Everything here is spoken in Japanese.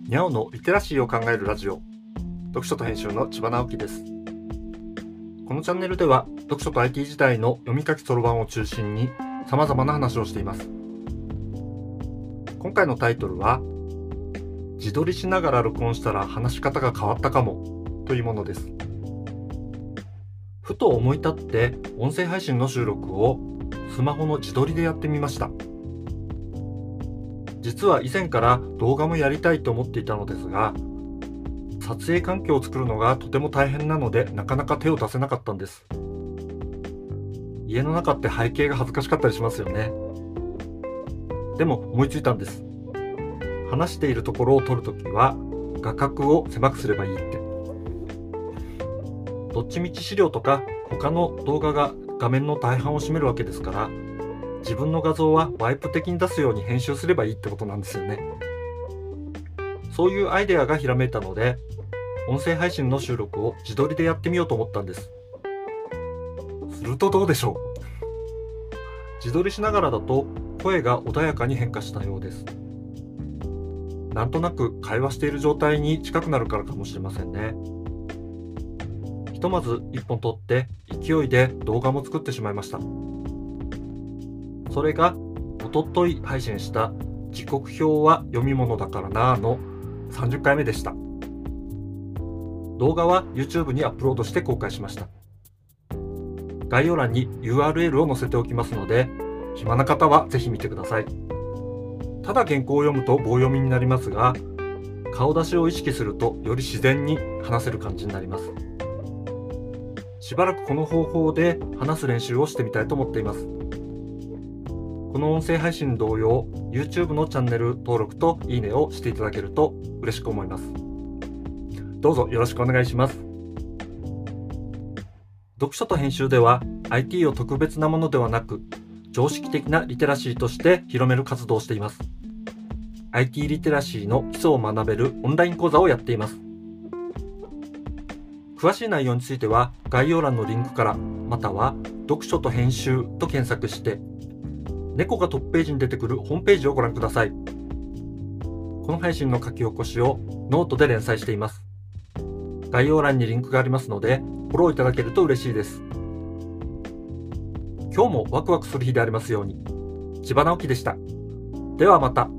にゃおのリテラシーを考えるラジオ、読書と編集の千葉直樹です。このチャンネルでは読書と IT 時代の読み書きそろばんを中心に様々な話をしています。今回のタイトルは、自撮りしながら録音したら話し方が変わったかもというものです。ふと思い立って音声配信の収録をスマホの自撮りでやってみました。実は以前から動画もやりたいと思っていたのですが、撮影環境を作るのがとても大変なのでなかなか手を出せなかったんです。家の中って背景が恥ずかしかったりしますよね。でも思いついたんです。話しているところを撮るときは画角を狭くすればいいって。どっちみち資料とか他の動画が画面の大半を占めるわけですから、自分の画像はワイプ的に出すように編集すればいいってことなんですよね。そういうアイデアがひらめいたので、音声配信の収録を自撮りでやってみようと思ったんです。するとどうでしょう。自撮りしながらだと声が穏やかに変化したようです。なんとなく会話している状態に近くなるからかもしれませんね。ひとまず1本撮って勢いで動画も作ってしまいました。それがおととい配信した時刻表は読み物だからなーの30回目でした。動画は YouTube にアップロードして公開しました。概要欄に URL を載せておきますので、暇な方はぜひ見てください。ただ原稿を読むと棒読みになりますが、顔出しを意識するとより自然に話せる感じになります。しばらくこの方法で話す練習をしてみたいと思っています。この音声配信同様、YouTube のチャンネル登録といいねをしていただけると嬉しく思います。どうぞよろしくお願いします。読書と編集では IT を特別なものではなく、常識的なリテラシーとして広める活動をしています。IT リテラシーの基礎を学べるオンライン講座をやっています。詳しい内容については概要欄のリンクから、または読書と編集と検索して、猫がトップページに出てくるホームページをご覧ください。この配信の書き起こしをノートで連載しています。概要欄にリンクがありますので、フォローいただけると嬉しいです。今日もワクワクする日でありますように。千葉直樹でした。ではまた。